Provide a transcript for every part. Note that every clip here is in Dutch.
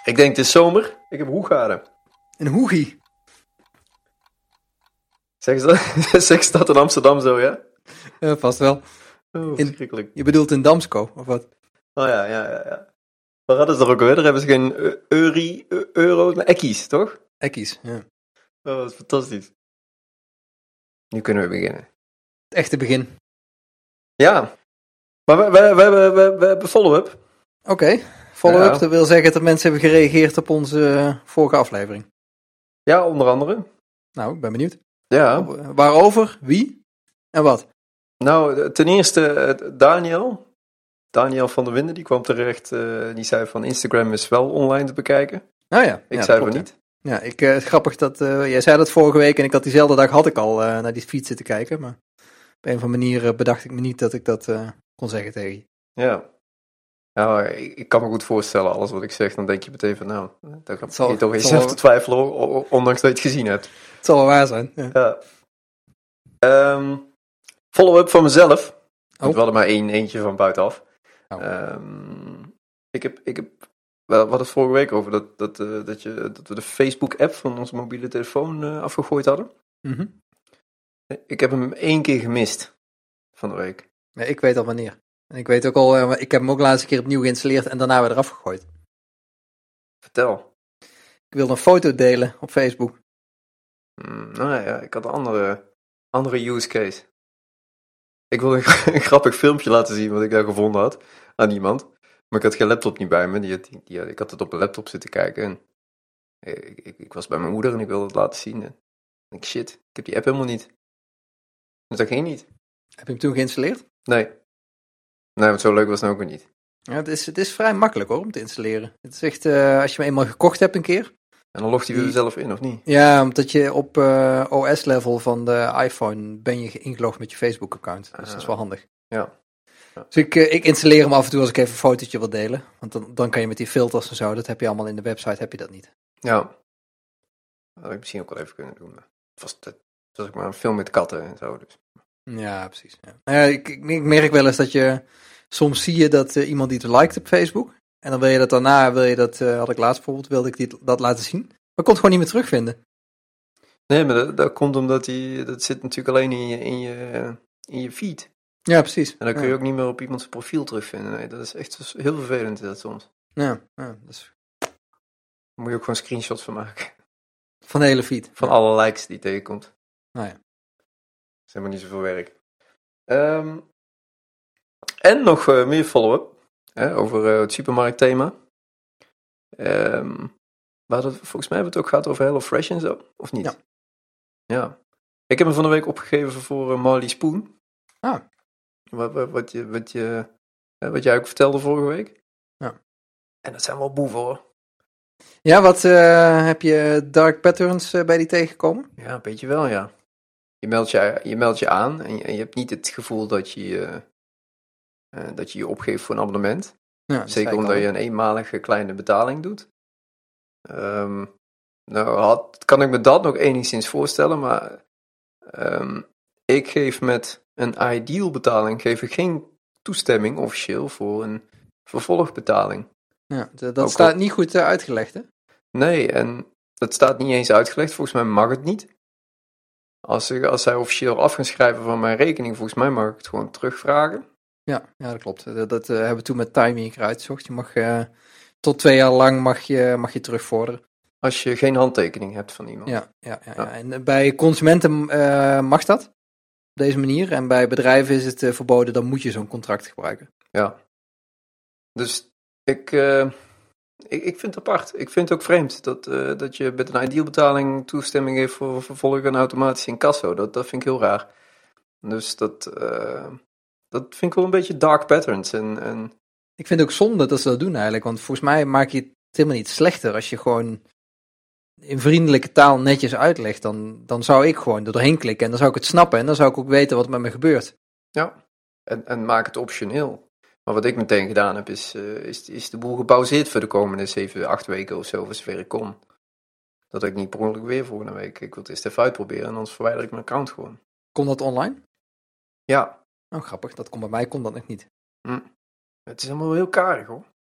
Ik denk het is zomer. Ik heb hoegaarden. Een hoegie. Zeg ze dat in Amsterdam zo, ja? Ja, vast wel. Oh, verschrikkelijk. Je bedoelt in Damsko, of wat? Oh ja. Waar hadden ze er ook alweer? Daar hebben ze geen euro's, maar ekkies, toch? Ekkies, ja. Oh, dat is fantastisch. Nu kunnen we beginnen. Het echte begin. Ja. Maar we hebben follow-up. Oké, follow-up. Ja. Dat wil zeggen dat mensen hebben gereageerd op onze vorige aflevering. Ja, onder andere. Nou, ik ben benieuwd. Ja. Waarover, wie en wat? Nou, ten eerste Daniel van der Winden, die kwam terecht. Die zei van Instagram is wel online te bekijken. Oh ja. Ik ja, zei klopt, van niet. Ja, het is grappig dat jij zei dat vorige week en ik had diezelfde dag had ik al naar die fiets zitten kijken. Maar op een of andere manier bedacht ik me niet dat ik dat kon zeggen tegen je. Ja. Nou, ik kan me goed voorstellen, alles wat ik zeg, dan denk je meteen van, nou, dan ga je toch jezelf te twijfelen, ondanks dat je het gezien hebt. Het zal wel waar zijn. Ja. Ja. Follow-up van mezelf. Oh. We hadden maar eentje van buitenaf. Oh. Ik heb we hadden het vorige week over dat we de Facebook-app van onze mobiele telefoon afgegooid hadden. Mm-hmm. Ik heb hem 1 keer gemist van de week. Ja, ik weet al wanneer. En ik weet ook al, ik heb hem ook laatste keer opnieuw geïnstalleerd en daarna weer eraf gegooid. Vertel. Ik wilde een foto delen op Facebook. Nou ja, ik had een andere use case. Ik wilde een grappig filmpje laten zien wat ik daar gevonden had aan iemand. Maar ik had geen laptop niet bij me. Ik had het op de laptop zitten kijken. En ik was bij mijn moeder en ik wilde het laten zien. En ik shit, ik heb die app helemaal niet. Dus dat ging niet. Heb je hem toen geïnstalleerd? Nee, want zo leuk was het nou ook weer niet. Ja, het is vrij makkelijk hoor, om te installeren. Het is echt, als je hem eenmaal gekocht hebt een keer. En dan logt hij weer zelf in, of niet? Ja, omdat je op OS-level van de iPhone ben je ingelogd met je Facebook-account. Dus dat is wel handig. Ja. Dus ik installeer hem af en toe als ik even een fotootje wil delen. Want dan kan je met die filters en zo, dat heb je allemaal in de website, heb je dat niet. Ja. Dat had ik misschien ook wel even kunnen doen. Maar het was ook maar een film met katten en zo. Dus. Ja, precies. Ja. Ik merk wel eens dat soms zie je dat iemand iets liked op Facebook. En dan wil je dat daarna, had ik laatst bijvoorbeeld, wilde ik dat laten zien. Maar ik kon het gewoon niet meer terugvinden. Nee, maar dat komt omdat dat zit natuurlijk alleen in je feed. Ja, precies. En dan kun je ook niet meer op iemands profiel terugvinden. Nee, dat is echt heel vervelend dat soms. Ja, Daar moet je ook gewoon screenshots van maken. Van de hele feed. Van alle likes die je tegenkomt. Nou ja. Dat is helemaal niet zoveel werk. En nog meer follow-up. Over het supermarktthema. Volgens mij hebben we het ook gehad over HelloFresh en zo. Of niet? Ja. Ik heb hem van de week opgegeven voor Marley Spoon. Ah. Wat jij ook vertelde vorige week. Ja. En dat zijn wel boeven hoor. Ja, wat heb je dark patterns bij die tegengekomen? Ja, een beetje wel, ja. Je meldt je aan en je hebt niet het gevoel dat je je opgeeft voor een abonnement. Ja, zeker omdat je een eenmalige kleine betaling doet. Kan ik me dat nog enigszins voorstellen, maar ik geef met een ideal betaling geen toestemming officieel voor een vervolgbetaling. Ja, dat staat niet goed uitgelegd, hè? Nee, en dat staat niet eens uitgelegd. Volgens mij mag het niet. Als zij officieel af gaan schrijven van mijn rekening, volgens mij mag ik het gewoon terugvragen. Ja, dat klopt. Dat hebben we toen met timing uitgezocht. Je mag tot 2 jaar lang mag je terugvorderen. Als je geen handtekening hebt van iemand. Ja. En bij consumenten mag dat op deze manier. En bij bedrijven is het verboden, dan moet je zo'n contract gebruiken. Ja. Dus ik vind het apart. Ik vind het ook vreemd dat je met een idealbetaling toestemming geeft voor vervolg en automatisch incasso. Dat vind ik heel raar. Dus dat vind ik wel een beetje dark patterns. En ik vind het ook zonde dat ze dat doen eigenlijk. Want volgens mij maak je het helemaal niet slechter als je gewoon in vriendelijke taal netjes uitlegt. Dan zou ik gewoon er doorheen klikken en dan zou ik het snappen. En dan zou ik ook weten wat met me gebeurt. Ja, en maak het optioneel. Maar wat ik meteen gedaan heb, is de boel gepauzeerd voor de komende 7, 8 weken of zo, voor zover ik kon. Dat ik niet per ongeluk weer volgende week. Ik wil het eerst even uitproberen en anders verwijder ik mijn account gewoon. Kon dat online? Ja. Oh, grappig. Dat kon bij mij, kon dat nog niet. Het is allemaal heel karig hoor.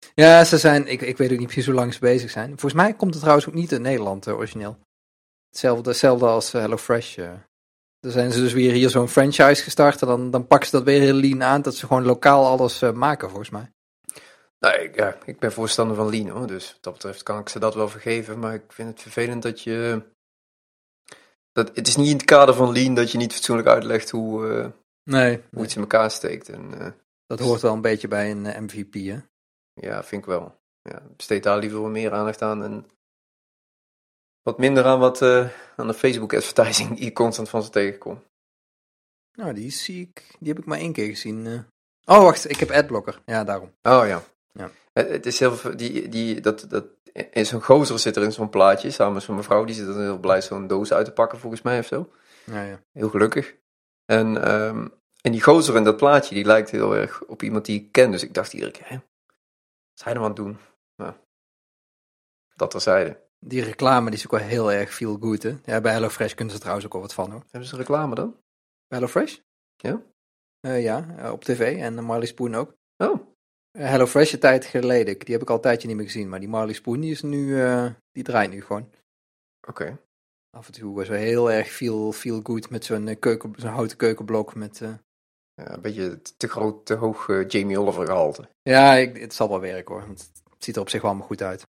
Ja, ze zijn, ik weet ook niet precies hoe lang ze bezig zijn. Volgens mij komt het trouwens ook niet in Nederland origineel. Hetzelfde als HelloFresh. Dan zijn ze dus weer hier zo'n franchise gestart en dan pakken ze dat weer heel lean aan, dat ze gewoon lokaal alles maken, volgens mij. Nou, ik ben voorstander van lean, hoor. Dus wat dat betreft kan ik ze dat wel vergeven. Maar ik vind het vervelend dat je... het is niet in het kader van lean dat je niet fatsoenlijk uitlegt hoe iets in elkaar steekt. En, dat hoort wel een beetje bij een MVP, hè? Ja, vind ik wel. Ja, besteed daar liever wat meer aandacht aan en wat minder aan aan de Facebook advertising die je constant van ze tegenkomt. Nou, die heb ik maar 1 keer gezien. Oh, wacht, ik heb adblocker. Ja, daarom. Oh ja. Ja. Het is heel veel, dat in zo'n gozer zit er in zo'n plaatje, samen met zo'n mevrouw, die zit er heel blij zo'n doos uit te pakken volgens mij of zo. Ja. Heel gelukkig. En die gozer in dat plaatje, die lijkt heel erg op iemand die ik ken, dus ik dacht iedere keer, hè, wat is hij nou aan het doen? Nou, dat terzijde. Die reclame die is ook wel heel erg feel good, hè? Ja, bij HelloFresh kunnen ze trouwens ook wel wat van, hoor. Hebben ze reclame dan? Bij HelloFresh? Ja? Ja, op tv en Marley Spoon ook. Oh. HelloFresh een tijd geleden, die heb ik al een tijdje niet meer gezien, maar die Marley Spoon die is nu, die draait nu gewoon. Oké. Af en toe was wel heel erg feel good met zo'n houten keukenblok met... Ja, een beetje te hoog Jamie Oliver gehalte. Ja, het zal wel werken, hoor. Want het ziet er op zich wel allemaal goed uit.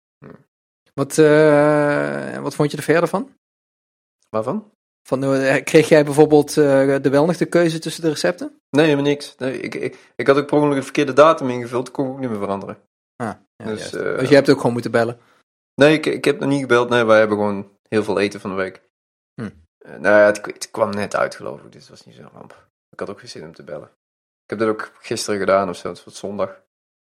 Wat vond je er verder van? Waarvan? Kreeg jij bijvoorbeeld wel nog de keuze tussen de recepten? Nee, helemaal niks. Nee, ik had ook per ongeluk een verkeerde datum ingevuld, kon ik ook niet meer veranderen. Ja, dus je hebt ook gewoon moeten bellen? Nee, ik heb nog niet gebeld. Nee, wij hebben gewoon heel veel eten van de week. Nou ja, het kwam net uit, geloof ik, dus het was niet zo'n ramp. Ik had ook geen zin om te bellen. Ik heb dat ook gisteren gedaan of zo, het was zondag.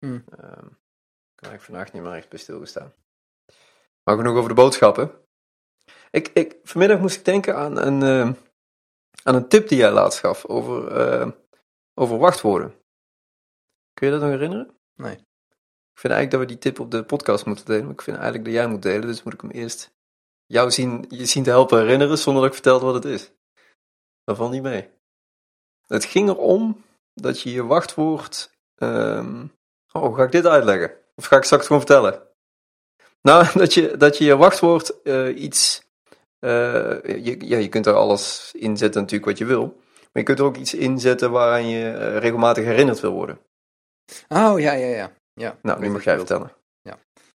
Kan ik vandaag niet meer echt bij stilgestaan. Maar genoeg over de boodschappen. Vanmiddag moest ik denken aan een tip die jij laatst gaf over wachtwoorden. Kun je dat nog herinneren? Nee. Ik vind eigenlijk dat we die tip op de podcast moeten delen, maar ik vind eigenlijk dat jij moet delen, dus moet ik hem eerst jou zien te helpen herinneren, zonder dat ik vertelde wat het is. Dat valt niet mee. Het ging erom dat je wachtwoord... ga ik dit uitleggen? Of ga ik straks gewoon vertellen? Nou, dat je wachtwoord iets... je kunt er alles in zetten natuurlijk wat je wil. Maar je kunt er ook iets inzetten waaraan je regelmatig herinnerd wil worden. Oh, ja. Nou, nu mag jij vertellen. Ja.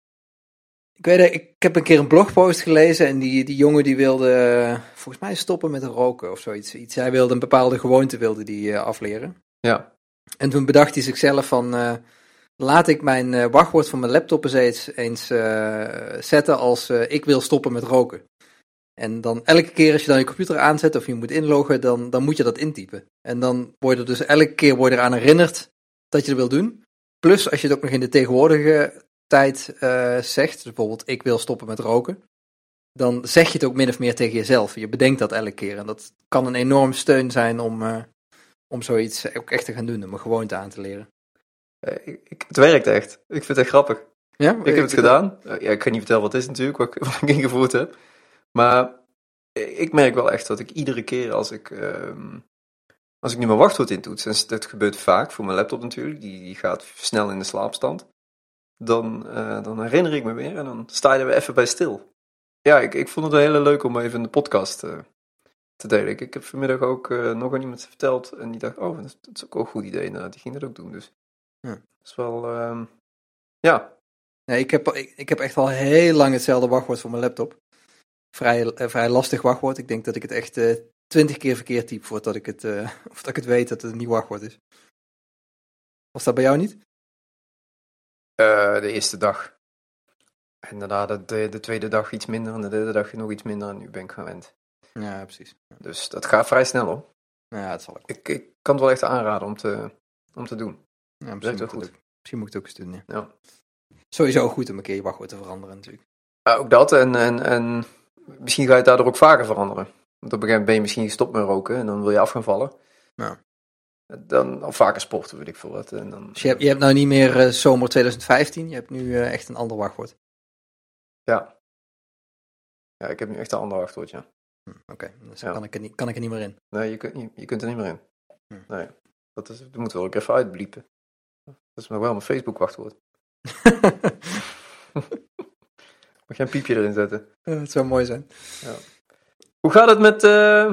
Ik weet het, ik heb een keer een blogpost gelezen en die jongen die wilde volgens mij stoppen met roken of zoiets. Hij wilde een bepaalde gewoonte afleren. Ja. En toen bedacht hij zichzelf van, laat ik mijn wachtwoord van mijn laptop eens zetten als ik wil stoppen met roken. En dan elke keer als je dan je computer aanzet of je moet inloggen, dan moet je dat intypen. En dan word je dus elke keer eraan herinnerd dat je dat wil doen. Plus als je het ook nog in de tegenwoordige tijd zegt, dus bijvoorbeeld ik wil stoppen met roken, dan zeg je het ook min of meer tegen jezelf. Je bedenkt dat elke keer en dat kan een enorm steun zijn om zoiets ook echt te gaan doen, om een gewoonte aan te leren. Het werkt echt. Ik vind het echt grappig. Ja? Ik heb het gedaan. Ik ga niet vertellen wat het is natuurlijk, wat ik ingevoerd heb. Maar ik merk wel echt dat ik iedere keer als ik nu mijn wachtwoord intoets, en dat gebeurt vaak voor mijn laptop natuurlijk, die gaat snel in de slaapstand, dan herinner ik me weer en dan sta je er weer even bij stil. Ja, ik vond het wel heel leuk om even in de podcast te delen. Ik heb vanmiddag ook nog aan iemand verteld en die dacht, oh, dat is ook een goed idee. Nou, die ging dat ook doen, dus dat is wel, ja. Nee, ik heb echt al heel lang hetzelfde wachtwoord voor mijn laptop. Vrij lastig wachtwoord. Ik denk dat ik het echt 20 keer verkeerd typ voordat ik het weet dat het een nieuw wachtwoord is. Was dat bij jou niet? De eerste dag. En daarna de tweede dag iets minder en de derde dag nog iets minder en nu ben ik gewend. Ja, precies. Dus dat gaat vrij snel hoor. Ja, dat zal ook. Ik kan het wel echt aanraden om te doen. Ja, misschien moet ik het ook eens doen, ja. Sowieso goed om een keer je wachtwoord te veranderen natuurlijk. Ook dat en misschien ga je het daardoor ook vaker veranderen. Want op een gegeven moment ben je misschien gestopt met roken en dan wil je af gaan vallen. Ja. Dan of vaker sporten, weet ik veel wat. En dan, dus je hebt nou niet meer zomer 2015, je hebt nu echt een ander wachtwoord. Ja. Ja, ik heb nu echt een ander wachtwoord, ja. Oké, dus kan ik er niet meer in. Nee, je kunt er niet meer in. Nee, dat moeten we ook even uitbliepen. Dat is nog wel mijn Facebook wachtwoord. Mag jij een piepje erin zetten? Het zou mooi zijn. Ja. Hoe gaat het met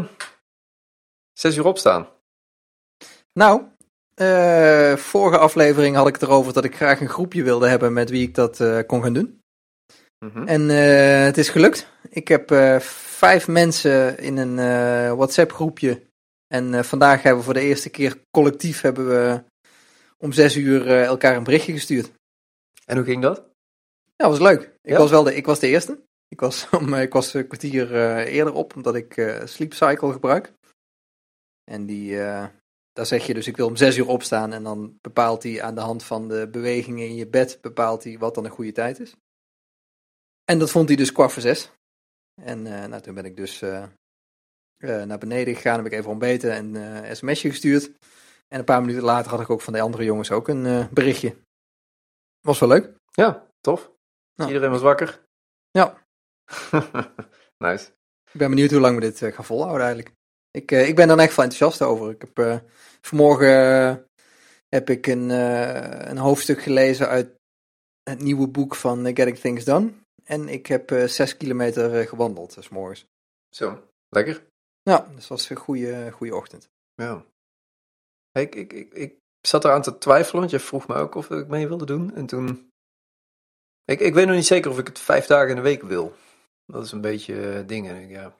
6 uur opstaan? Nou, vorige aflevering had ik het erover dat ik graag een groepje wilde hebben met wie ik dat kon gaan doen. Mhm. En het is gelukt. Ik heb 5 mensen in een WhatsApp groepje. En vandaag hebben we voor de eerste keer collectief om 6 uur elkaar een berichtje gestuurd. En hoe ging dat? Ja, dat was leuk. Ja? Ik was de eerste. Ik was een kwartier eerder op, omdat ik Sleep Cycle gebruik. En daar zeg je dus, ik wil om 6 uur opstaan. En dan bepaalt hij aan de hand van de bewegingen in je bed, bepaalt hij wat dan een goede tijd is. En dat vond hij dus 5:45. En nou, toen ben ik dus naar beneden gegaan, heb ik even ontbeten en een sms'je gestuurd. En een paar minuten later had ik ook van de andere jongens ook een berichtje. Was wel leuk. Ja, tof. Ja. Iedereen was wakker? Ja. Nice. Ik ben benieuwd hoe lang we dit gaan volhouden eigenlijk. Ik ben er echt wel enthousiast over. Ik heb vanmorgen heb ik een hoofdstuk gelezen uit het nieuwe boek van Getting Things Done. En ik heb 6 kilometer gewandeld, 's morgens. Zo, lekker. Ja, dus dat was een goede ochtend. Ja. Ik zat eraan te twijfelen, want je vroeg me ook of ik mee wilde doen. En toen... Ik weet nog niet zeker of ik het 5 dagen in de week wil. Dat is een beetje dingen. Ja.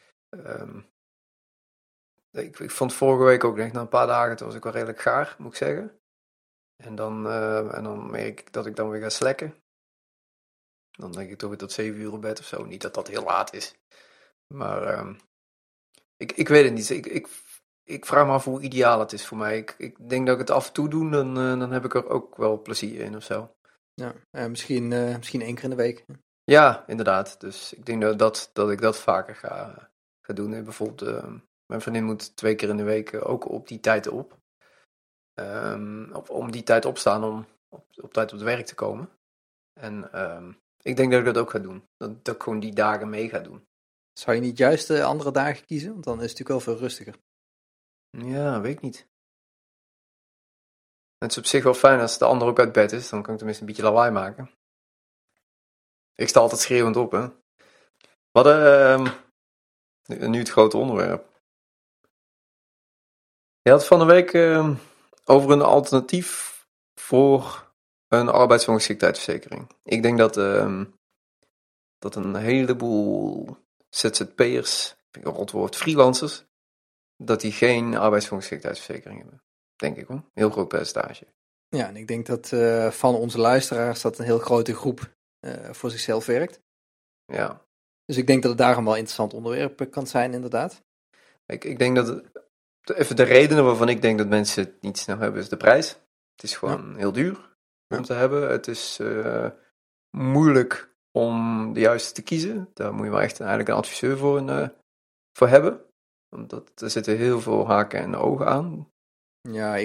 Ik vond vorige week ook, denk ik, na een paar dagen, toen was ik wel redelijk gaar, moet ik zeggen. En dan merk ik dat ik dan weer ga slacken. Dan denk ik toch weer tot 7 uur op bed of zo. Niet dat dat heel laat is. Maar ik weet het niet. Ik vraag me af hoe ideaal het is voor mij. Ik denk dat ik het af en toe doe, dan heb ik er ook wel plezier in of zo. Ja, misschien 1 keer in de week. Ja, inderdaad. Dus ik denk dat ik dat vaker ga doen. En bijvoorbeeld, mijn vriendin moet 2 keer in de week ook op die tijd op. Om die tijd opstaan om op tijd op het werk te komen. En ik denk dat ik dat ook ga doen. Dat ik gewoon die dagen mee ga doen. Zou je niet juist de andere dagen kiezen? Want dan is het natuurlijk wel veel rustiger. Ja, weet ik niet. Het is op zich wel fijn als de ander ook uit bed is. Dan kan ik tenminste een beetje lawaai maken. Ik sta altijd schreeuwend op, hè. We hadden nu het grote onderwerp. Je had van de week over een alternatief voor een arbeidsongeschiktheidsverzekering. Ik denk dat een heleboel ZZP'ers, vind ik een rot woord, freelancers, dat die geen arbeidsongeschiktheidsverzekering hebben. Denk ik hoor. Een heel groot percentage. Ja, en ik denk dat van onze luisteraars dat een heel grote groep voor zichzelf werkt. Ja. Dus ik denk dat het daarom wel een interessant onderwerp kan zijn, inderdaad. Ik denk dat even de redenen waarvan ik denk dat mensen het niet snel hebben, is de prijs. Het is gewoon heel duur om te hebben. Het is moeilijk om de juiste te kiezen. Daar moet je wel echt eigenlijk een adviseur voor hebben. Omdat er zitten heel veel haken en ogen aan. Ja,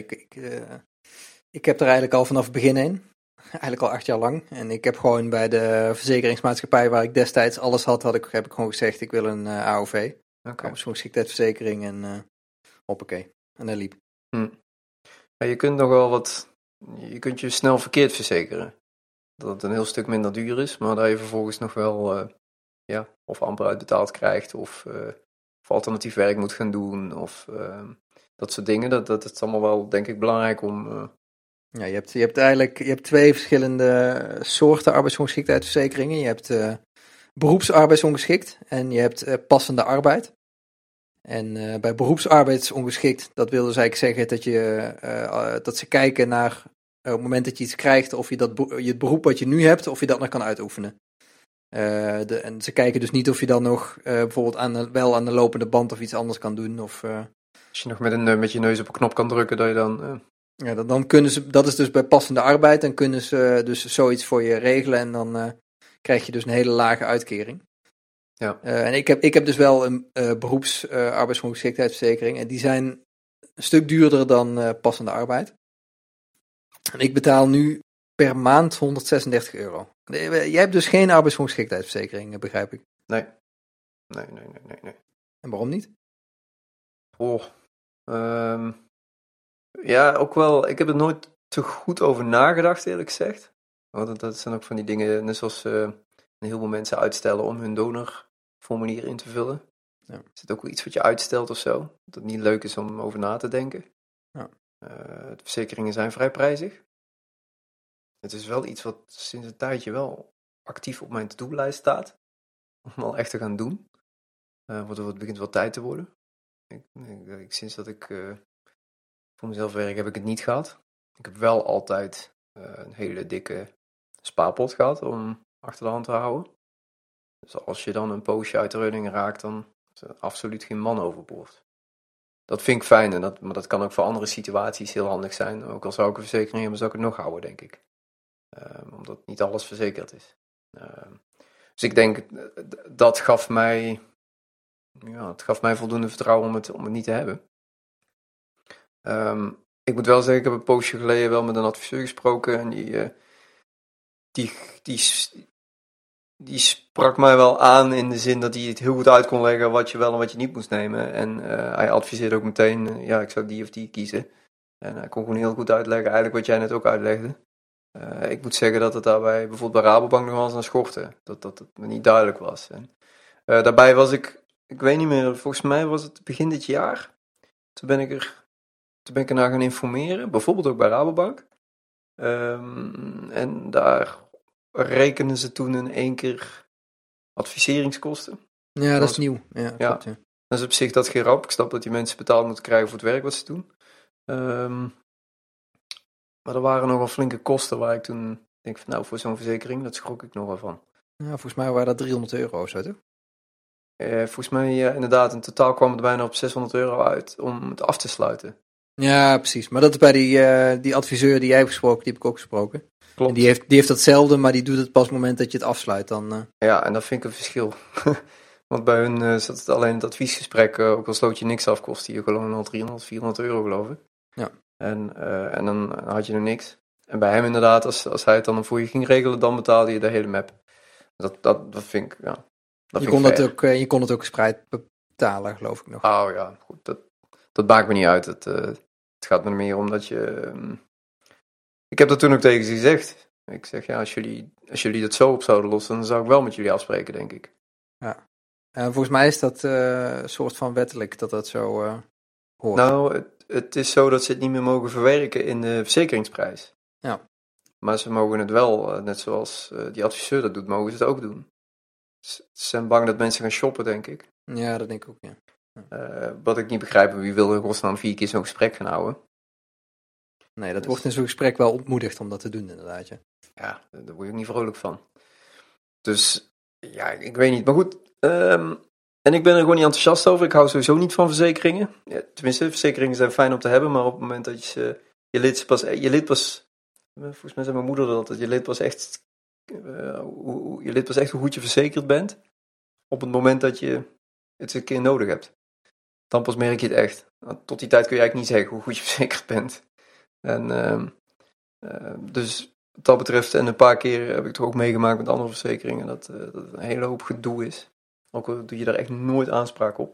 ik heb er eigenlijk al vanaf het begin in. Eigenlijk al 8 jaar lang. En ik heb gewoon bij de verzekeringsmaatschappij waar ik destijds alles had, heb ik gewoon gezegd, ik wil een AOV. Arbeidsongeschiktheidsverzekering en hoppakee. En dat liep. Ja, je kunt nog wel je kunt je snel verkeerd verzekeren. Dat het een heel stuk minder duur is, maar dat je vervolgens nog wel of amper uitbetaald krijgt, of alternatief werk moet gaan doen, of dat soort dingen. Dat is allemaal wel, denk ik, belangrijk om... Ja, je hebt 2 verschillende soorten arbeidsongeschiktheidsverzekeringen. Je hebt beroepsarbeidsongeschikt en je hebt passende arbeid. En bij beroepsarbeidsongeschikt, dat wil dus eigenlijk zeggen dat ze kijken naar op het moment dat je iets krijgt, of je het beroep wat je nu hebt, of je dat nog kan uitoefenen. En ze kijken dus niet of je dan nog bijvoorbeeld wel aan de lopende band of iets anders kan doen. Of, als je nog met je neus op een knop kan drukken, dat je dan... Ja, dan kunnen ze, dat is dus bij passende arbeid, dan kunnen ze dus zoiets voor je regelen en dan krijg je dus een hele lage uitkering. Ja. En ik heb dus wel een beroepsarbeidsongeschiktheidsverzekering en die zijn een stuk duurder dan passende arbeid. En ik betaal nu per maand €136. Jij hebt dus geen arbeidsongeschiktheidsverzekering, begrijp ik. Nee. En waarom niet? Ja, ook wel. Ik heb er nooit te goed over nagedacht, eerlijk gezegd. Want dat zijn ook van die dingen, net zoals heel veel mensen uitstellen om hun donorformulier in te vullen. Ja. Is het ook wel iets wat je uitstelt of zo? Dat het niet leuk is om over na te denken. Ja. De verzekeringen zijn vrij prijzig. Het is wel iets wat sinds een tijdje wel actief op mijn to-do-lijst staat. Om wel echt te gaan doen. Het begint wel tijd te worden. Sinds dat ik voor mezelf werk heb ik het niet gehad. Ik heb wel altijd een hele dikke spaarpot gehad om achter de hand te houden. Dus als je dan een poosje uit de running raakt, dan is er absoluut geen man overboord. Dat vind ik fijn, maar dat kan ook voor andere situaties heel handig zijn. Ook al zou ik een verzekering hebben, zou ik het nog houden, denk ik. Omdat niet alles verzekerd is. Dus ik denk, dat gaf mij voldoende vertrouwen om het niet te hebben. Ik moet wel zeggen, ik heb een poosje geleden wel met een adviseur gesproken. En die sprak mij wel aan in de zin dat hij het heel goed uit kon leggen wat je wel en wat je niet moest nemen. En hij adviseerde ook meteen, ik zou die of die kiezen. En hij kon gewoon heel goed uitleggen, eigenlijk wat jij net ook uitlegde. Ik moet zeggen dat het daarbij bijvoorbeeld bij Rabobank nog wel eens aan schortte. Dat het me niet duidelijk was. En daarbij was ik weet niet meer, volgens mij was het begin dit jaar. Toen ben ik er naar gaan informeren, bijvoorbeeld ook bij Rabobank. En daar rekenen ze toen in 1 keer adviseringskosten. Ja, dat is nieuw. Ja, klopt, ja. Dat is op zich dat geen ramp. Ik snap dat die mensen betaald moeten krijgen voor het werk wat ze doen. Maar er waren nogal flinke kosten waar ik toen denk van nou, voor zo'n verzekering, dat schrok ik nogal van. Ja, volgens mij waren dat €300 of zo, toch? Volgens mij inderdaad, in totaal kwam het bijna op €600 uit om het af te sluiten. Ja, precies. Maar dat is bij die adviseur die jij hebt gesproken, die heb ik ook gesproken. Klopt. En die heeft datzelfde, maar die doet het pas op het moment dat je het afsluit. Dan, Ja, en dat vind ik een verschil. Want bij hun zat het alleen het adviesgesprek, ook al sloot je niks af, kostte je gewoon al €300-400 geloof ik. Ja. En dan had je er niks. En bij hem inderdaad, als hij het dan voor je ging regelen, dan betaalde je de hele map. Dat vind ik, ja. Je kon het ook gespreid betalen, geloof ik nog. Oh ja, goed. Dat maakt me niet uit. Het gaat me er meer om dat je... Ik heb dat toen ook tegen ze gezegd. Ik zeg, ja, als jullie dat zo op zouden lossen, dan zou ik wel met jullie afspreken, denk ik. Ja. Volgens mij is dat een soort van wettelijk dat zo hoort. Nou, het is zo dat ze het niet meer mogen verwerken in de verzekeringsprijs. Ja. Maar ze mogen het wel, net zoals die adviseur dat doet, mogen ze het ook doen. Ze zijn bang dat mensen gaan shoppen, denk ik. Ja, dat denk ik ook, ja. Wat ik niet begrijp, wie wil in godsnaam 4 keer zo'n gesprek gaan houden? Nee, dat wordt in zo'n gesprek wel ontmoedigd om dat te doen, inderdaad. Ja, daar word je ook niet vrolijk van. Dus, ja, ik weet niet. Maar goed, en ik ben er gewoon niet enthousiast over. Ik hou sowieso niet van verzekeringen. Ja, tenminste, verzekeringen zijn fijn om te hebben, maar op het moment dat je volgens mij zei mijn moeder dat altijd, je leert pas echt hoe goed je verzekerd bent op het moment dat je het een keer nodig hebt. Dan pas merk je het echt. Tot die tijd kun je eigenlijk niet zeggen hoe goed je verzekerd bent. En dus wat dat betreft, en een paar keer heb ik toch ook meegemaakt met andere verzekeringen, dat het een hele hoop gedoe is. Ook al doe je daar echt nooit aanspraak op.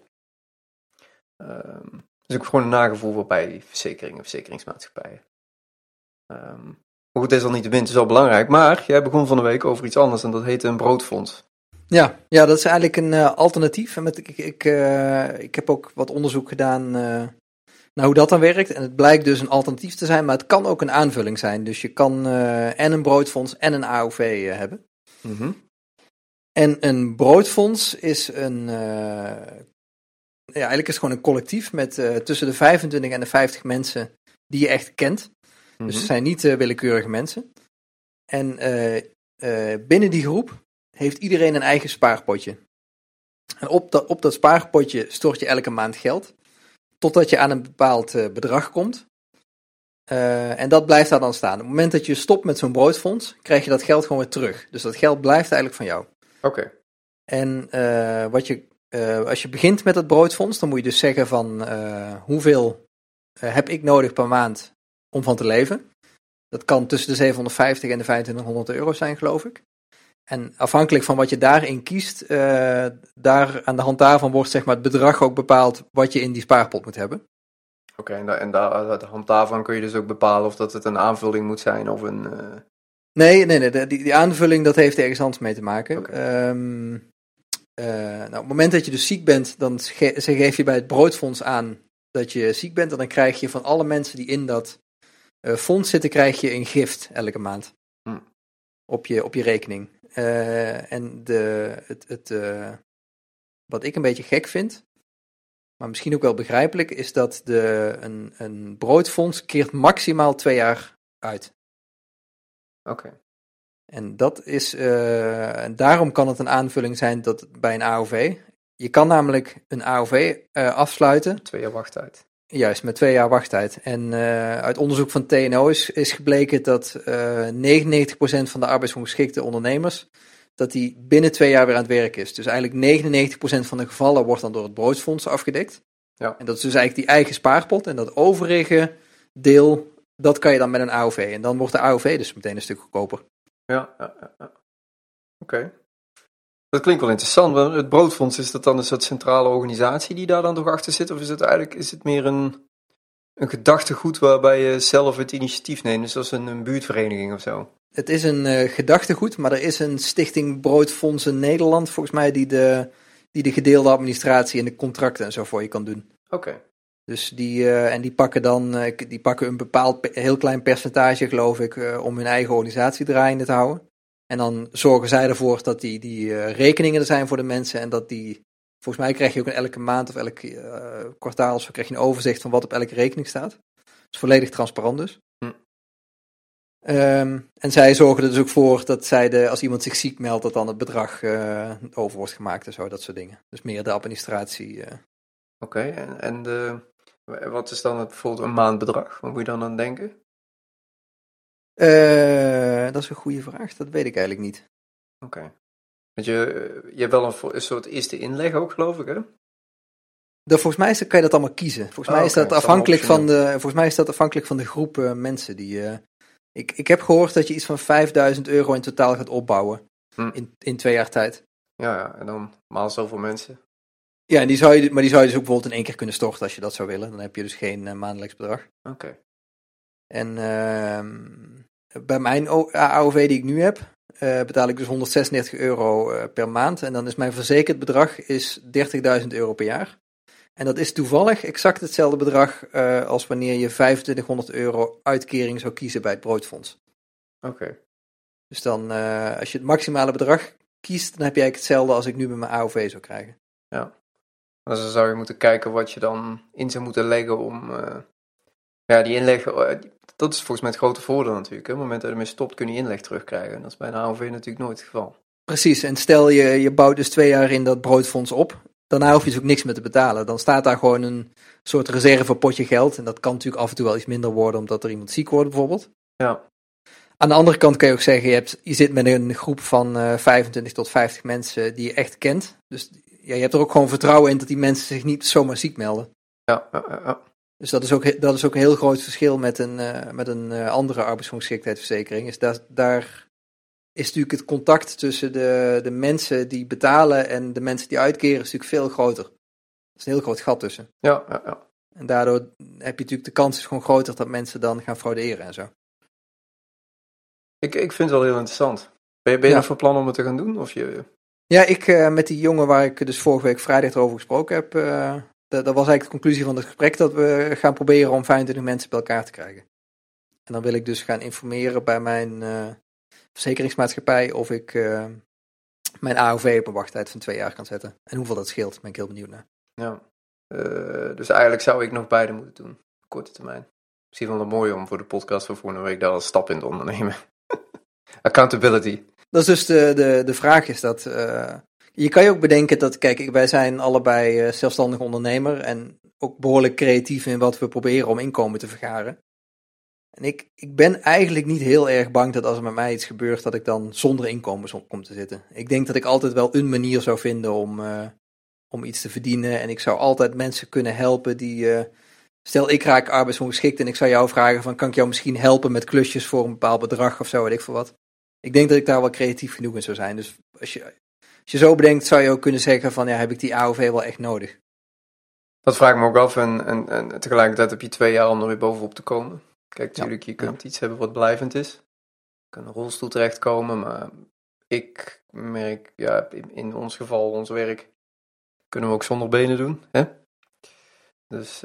Dus ik heb gewoon een nagevoel bij verzekeringen, verzekeringsmaatschappijen. Maar goed, desalniettemin, het is wel belangrijk. Maar jij begon van de week over iets anders en dat heette een broodfonds. Ja, dat is eigenlijk een alternatief. Ik heb ook wat onderzoek gedaan naar hoe dat dan werkt. En het blijkt dus een alternatief te zijn, maar het kan ook een aanvulling zijn. Dus je kan en een broodfonds en een AOV hebben. Mm-hmm. En een broodfonds is eigenlijk is het gewoon een collectief met tussen de 25 en de 50 mensen die je echt kent. Dus het zijn niet willekeurige mensen. En binnen die groep heeft iedereen een eigen spaarpotje. En op dat spaarpotje stort je elke maand geld, totdat je aan een bepaald bedrag komt. En dat blijft daar dan staan. Op het moment dat je stopt met zo'n broodfonds, krijg je dat geld gewoon weer terug. Dus dat geld blijft eigenlijk van jou. Oké. En als je begint met dat broodfonds, dan moet je dus zeggen van hoeveel heb ik nodig per maand om van te leven. Dat kan tussen de 750 en de 2500 euro zijn, geloof ik. En afhankelijk van wat je daarin kiest, aan de hand daarvan wordt zeg maar het bedrag ook bepaald wat je in die spaarpot moet hebben. Oké, en aan de hand daarvan kun je dus ook bepalen of dat het een aanvulling moet zijn of een... Nee. Die aanvulling, dat heeft ergens anders mee te maken. Oké. Op het moment dat je dus ziek bent, dan geef je bij het broodfonds aan dat je ziek bent. En dan krijg je van alle mensen die in dat fonds zitten, krijg je een gift elke maand. Op je rekening. En wat ik een beetje gek vind, maar misschien ook wel begrijpelijk, is dat een broodfonds keert maximaal 2 jaar uit. Oké. En dat is, en daarom kan het een aanvulling zijn bij een AOV. Je kan namelijk een AOV afsluiten. 2 jaar wachttijd. Juist, met 2 jaar wachttijd. En uit onderzoek van TNO is gebleken dat 99% van de arbeidsongeschikte ondernemers, dat die binnen 2 jaar weer aan het werk is. Dus eigenlijk 99% van de gevallen wordt dan door het broodfonds afgedekt. Ja. En dat is dus eigenlijk die eigen spaarpot. En dat overige deel, dat kan je dan met een AOV. En dan wordt de AOV dus meteen een stuk goedkoper. Ja. Oké. Dat klinkt wel interessant. Want het broodfonds, is dat dan een soort centrale organisatie die daar dan toch achter zit? Of is het meer een gedachtegoed waarbij je zelf het initiatief neemt? Dus als een buurtvereniging of zo? Het is een gedachtegoed, maar er is een stichting Broodfonds in Nederland, volgens mij, die de gedeelde administratie en de contracten en zo voor je kan doen. Oké. Dus die pakken een bepaald heel klein percentage, geloof ik, om hun eigen organisatie draaiende te houden. En dan zorgen zij ervoor dat die rekeningen er zijn voor de mensen en dat volgens mij krijg je ook elke maand of elk kwartaal of zo krijg je een overzicht van wat op elke rekening staat. Dat is volledig transparant dus. En zij zorgen er dus ook voor dat als iemand zich ziek meldt, dat dan het bedrag over wordt gemaakt en zo, dat soort dingen. Dus meer de administratie. Oké, en wat is dan bijvoorbeeld een maandbedrag? Wat moet je dan aan denken? Dat is een goede vraag, dat weet ik eigenlijk niet. Oké. Want je hebt wel een soort eerste inleg ook, geloof ik, hè? Volgens mij kan je dat allemaal kiezen. Volgens mij is dat afhankelijk van de groep mensen die... Ik heb gehoord dat je iets van €5.000 in totaal gaat opbouwen in 2 jaar tijd. Ja, en dan maal zoveel mensen. Ja, die zou je dus ook bijvoorbeeld in 1 keer kunnen storten als je dat zou willen. Dan heb je dus geen maandelijks bedrag. Oké. En bij mijn AOV die ik nu heb, betaal ik dus €136 per maand. En dan is mijn verzekerd bedrag is €30.000 per jaar. En dat is toevallig exact hetzelfde bedrag als wanneer je €2500 uitkering zou kiezen bij het broodfonds. Oké. Dus dan, als je het maximale bedrag kiest, dan heb je eigenlijk hetzelfde als ik nu met mijn AOV zou krijgen. Ja. Dus dan zou je moeten kijken wat je dan in zou moeten leggen om... die inleg, dat is volgens mij het grote voordeel natuurlijk. Hè? Op het moment dat je ermee stopt, kun je inleg terugkrijgen. Dat is bij een AOV natuurlijk nooit het geval. Precies, en stel je bouwt dus 2 jaar in dat broodfonds op. Daarna hoef je dus ook niks meer te betalen. Dan staat daar gewoon een soort reservepotje geld. En dat kan natuurlijk af en toe wel iets minder worden, omdat er iemand ziek wordt bijvoorbeeld. Ja. Aan de andere kant kan je ook zeggen, je zit met een groep van 25 tot 50 mensen die je echt kent. Dus ja, je hebt er ook gewoon vertrouwen in dat die mensen zich niet zomaar ziek melden. Ja. Dus dat is ook een heel groot verschil met een andere arbeidsongeschiktheidsverzekering. Daar is natuurlijk het contact tussen de mensen die betalen en de mensen die uitkeren is natuurlijk veel groter. Er is een heel groot gat tussen. Ja. En daardoor heb je natuurlijk de kans is gewoon groter dat mensen dan gaan frauderen en zo. Ik vind het wel heel interessant. Ben je nog van plan om het te gaan doen? Of je... Ja, ik met die jongen waar ik dus vorige week vrijdag erover gesproken heb, dat was eigenlijk de conclusie van het gesprek dat we gaan proberen om 25 mensen bij elkaar te krijgen. En dan wil ik dus gaan informeren bij mijn verzekeringsmaatschappij of ik mijn AOV op een wachttijd van 2 jaar kan zetten. En hoeveel dat scheelt, ben ik heel benieuwd naar. Ja. Dus eigenlijk zou ik nog beide moeten doen. Korte termijn. Misschien wel een mooie om voor de podcast van volgende week daar als stap in te ondernemen. Accountability. Dat is dus de vraag is dat... je kan je ook bedenken dat, kijk, wij zijn allebei zelfstandig ondernemer en ook behoorlijk creatief in wat we proberen om inkomen te vergaren. En ik ben eigenlijk niet heel erg bang dat als er met mij iets gebeurt, dat ik dan zonder inkomen kom te zitten. Ik denk dat ik altijd wel een manier zou vinden om iets te verdienen. En ik zou altijd mensen kunnen helpen die... stel, ik raak arbeidsongeschikt en ik zou jou vragen van, kan ik jou misschien helpen met klusjes voor een bepaald bedrag of zo, weet ik veel wat. Ik denk dat ik daar wel creatief genoeg in zou zijn. Dus als je zo bedenkt, zou je ook kunnen zeggen van, ja, heb ik die AOV wel echt nodig? Dat vraag ik me ook af en tegelijkertijd heb je 2 jaar om er weer bovenop te komen. Kijk, natuurlijk, je kunt iets hebben wat blijvend is. Je kan in een rolstoel terechtkomen, maar ik merk, ja, in ons geval, ons werk, kunnen we ook zonder benen doen, hè? Dus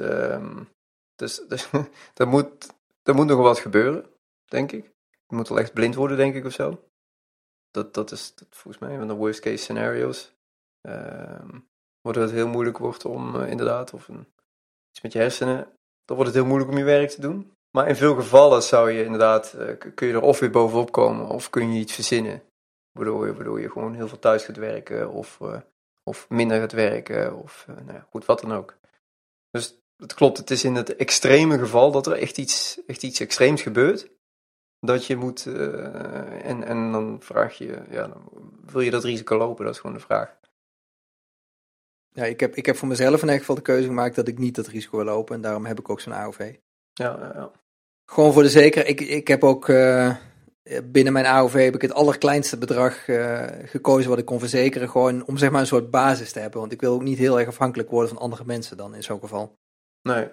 er moet nog wat gebeuren, denk ik. Je moet wel echt blind worden, denk ik, of zo. Dat is volgens mij een van de worst case scenario's. Waardoor het heel moeilijk wordt om inderdaad, of iets met je hersenen, dan wordt het heel moeilijk om je werk te doen. Maar in veel gevallen zou je inderdaad, kun je er of weer bovenop komen, of kun je iets verzinnen. Waardoor je gewoon heel veel thuis gaat werken, of minder gaat werken, of nou ja, goed, wat dan ook. Dus het klopt, het is in het extreme geval dat er echt iets extreems gebeurt. Dat je moet, en dan vraag je, ja, dan wil je dat risico lopen? Dat is gewoon de vraag. Ja, ik heb voor mezelf in elk geval de keuze gemaakt dat ik niet dat risico wil lopen. En daarom heb ik ook zo'n AOV. Ja. Gewoon voor de zekerheid. Ik heb ook binnen mijn AOV heb ik het allerkleinste bedrag gekozen wat ik kon verzekeren. Gewoon om zeg maar een soort basis te hebben. Want ik wil ook niet heel erg afhankelijk worden van andere mensen dan in zo'n geval. Nee.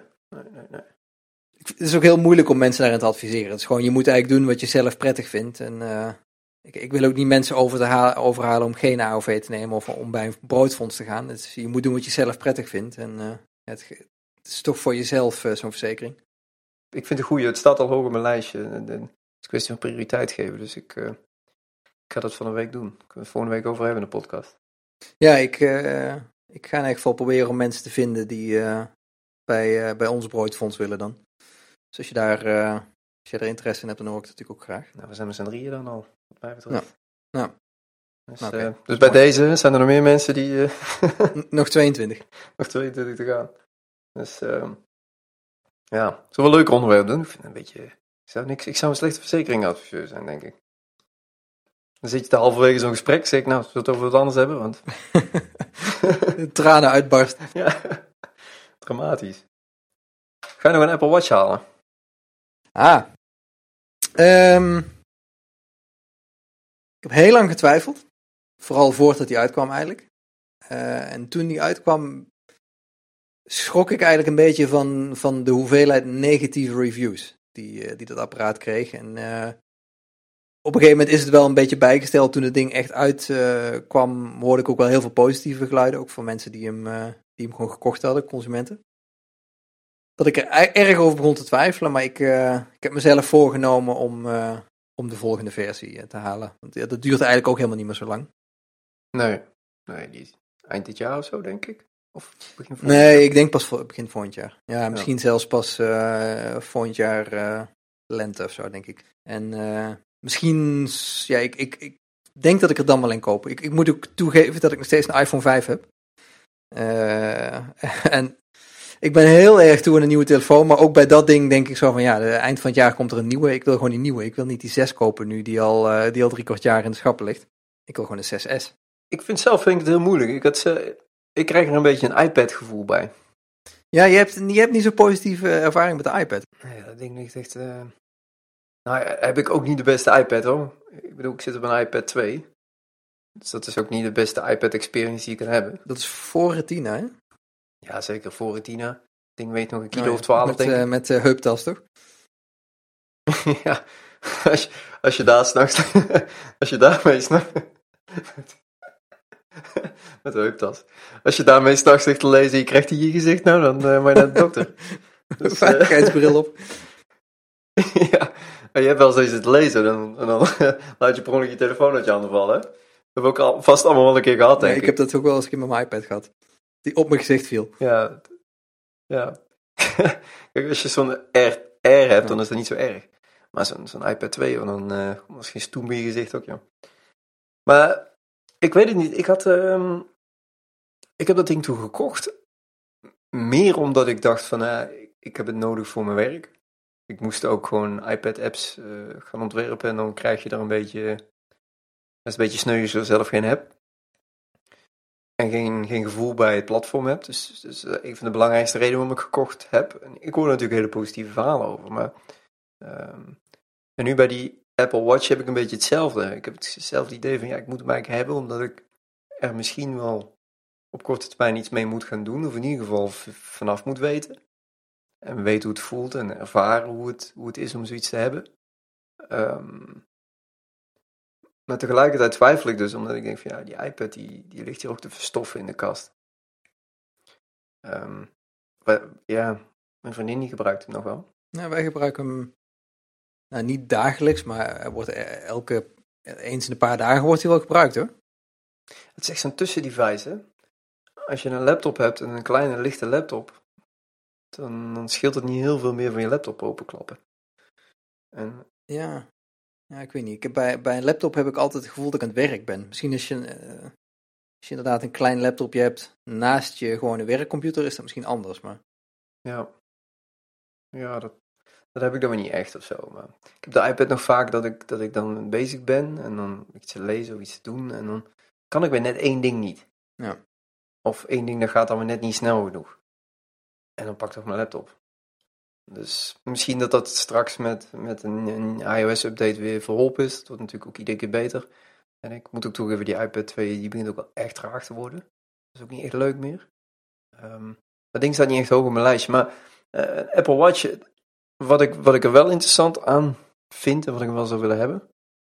Het is ook heel moeilijk om mensen daarin te adviseren. Het is gewoon, je moet eigenlijk doen wat je zelf prettig vindt. En ik wil ook niet mensen overhalen om geen AOV te nemen of om bij een broodfonds te gaan. Dus je moet doen wat je zelf prettig vindt. En het is toch voor jezelf zo'n verzekering. Ik vind het een goeie. Het staat al hoog op mijn lijstje. Het is een kwestie van prioriteit geven. Dus ik ga dat van een week doen. Kunnen we het volgende week over hebben in de podcast. Ja, ik ga in ieder geval proberen om mensen te vinden die bij ons broodfonds willen dan. Dus als je er interesse in hebt, dan hoor ik het natuurlijk ook graag. Nou, we zijn met z'n drieën dan al, wat mij betreft. Ja. Dus, Okay. Dus bij deze zijn er nog meer mensen die... Nog 22. Nog 22 te gaan. Dus ja, het is wel een leuk onderwerp doen. Ik vind het een beetje... Ik zou een slechte verzekeringsadviseur zijn, denk ik. Dan zit je te halverwege zo'n gesprek, zeg ik, nou, zullen we het over wat anders hebben? Want... Tranen uitbarst. Ja, dramatisch. Ga je nog een Apple Watch halen? Ik heb heel lang getwijfeld. Vooral voordat die uitkwam eigenlijk. En toen die uitkwam, schrok ik eigenlijk een beetje van de hoeveelheid negatieve reviews die dat apparaat kreeg. En op een gegeven moment is het wel een beetje bijgesteld. Toen het ding echt uitkwam, hoorde ik ook wel heel veel positieve geluiden. Ook van mensen die hem gewoon gekocht hadden, consumenten. Dat ik er erg over begon te twijfelen, maar ik heb mezelf voorgenomen om de volgende versie te halen. Want dat duurt eigenlijk ook helemaal niet meer zo lang. Nee, die is eind dit jaar of zo, denk ik. Of begin volgend jaar? Nee, ik denk pas begin volgend jaar. Ja, misschien zelfs pas volgend jaar lente of zo, denk ik. En misschien, ja, ik denk dat ik er dan wel in koop. Ik moet ook toegeven dat ik nog steeds een iPhone 5 heb. En ik ben heel erg toe aan een nieuwe telefoon, maar ook bij dat ding denk ik zo van, ja, eind van het jaar komt er een nieuwe. Ik wil gewoon die nieuwe. Ik wil niet die 6 kopen nu, die al 3/4 jaar in de schappen ligt. Ik wil gewoon een 6S. Ik vind het heel moeilijk. Ik krijg er een beetje een iPad-gevoel bij. Ja, je hebt niet zo'n positieve ervaring met de iPad. Nee, dat ding ligt echt... Nou, heb ik ook niet de beste iPad, hoor. Ik bedoel, ik zit op een iPad 2. Dus dat is ook niet de beste iPad-experience die je kan hebben. Dat is voor Retina, hè? Ja, zeker voor Retina. Het ding weegt nog een kilo of 12, denk ik. Met heuptas, toch? Ja, als je daar s'nachts... als je daarmee s'nachts... met de heuptas. Als je daarmee s'nachts ligt te lezen en je krijgt die in je gezicht, nou, dan maar naar de dokter. Dus, veiligheidsbril op. Ja, maar je hebt wel eens te lezen en dan laat je per ongeluk je telefoon uit je handen vallen. Dat hebben we ook vast allemaal wel een keer gehad, denk ik. Ik heb dat ook wel eens een keer met mijn iPad gehad. Die op mijn gezicht viel. Ja. Kijk, als je zo'n R hebt, dan is dat niet zo erg. Maar zo'n iPad 2, dan was geen stoem in je gezicht ook, joh. Maar ik weet het niet. Ik heb dat ding toen gekocht. Meer omdat ik dacht van, ik heb het nodig voor mijn werk. Ik moest ook gewoon iPad-apps gaan ontwerpen en dan krijg je er een beetje... Dat is een beetje sneu als je er zelf geen hebt. En geen gevoel bij het platform hebt. Dus een van de belangrijkste redenen waarom ik gekocht heb. En ik hoor natuurlijk hele positieve verhalen over. Maar, en nu bij die Apple Watch heb ik een beetje hetzelfde. Ik heb hetzelfde idee van, ik moet hem eigenlijk hebben, omdat ik er misschien wel op korte termijn iets mee moet gaan doen. Of in ieder geval vanaf moet weten. En weten hoe het voelt en ervaren hoe het is om zoiets te hebben. Maar tegelijkertijd twijfel ik dus, omdat ik denk van ja, die iPad die ligt hier ook te verstoffen in de kast. Ja, mijn vriendin die gebruikt hem nog wel. Nou, wij gebruiken hem niet dagelijks, maar hij wordt eens in een paar dagen wordt hij wel gebruikt hoor. Het is echt zo'n tussendevice, hè? Als je een laptop hebt en een kleine lichte laptop, dan scheelt het niet heel veel meer van je laptop openklappen. En Ja, ik weet niet. Ik heb bij een laptop heb ik altijd het gevoel dat ik aan het werk ben. Misschien als je inderdaad een klein laptopje hebt naast je gewone werkcomputer, is dat misschien anders. Maar ja, dat heb ik dan weer niet echt of zo. Maar ik heb de iPad nog vaak dat ik dan bezig ben en dan iets te lezen of iets te doen. En dan kan ik weer net één ding niet. Ja. Of één ding dat gaat dan weer net niet snel genoeg. En dan pak ik toch mijn laptop. Dus misschien dat straks met een iOS-update weer verholpen is. Dat wordt natuurlijk ook iedere keer beter. En ik moet ook toegeven, die iPad 2 die begint ook wel echt traag te worden. Dat is ook niet echt leuk meer. Dat ding staat niet echt hoog op mijn lijstje. Maar Apple Watch, wat ik er wel interessant aan vind en wat ik wel zou willen hebben,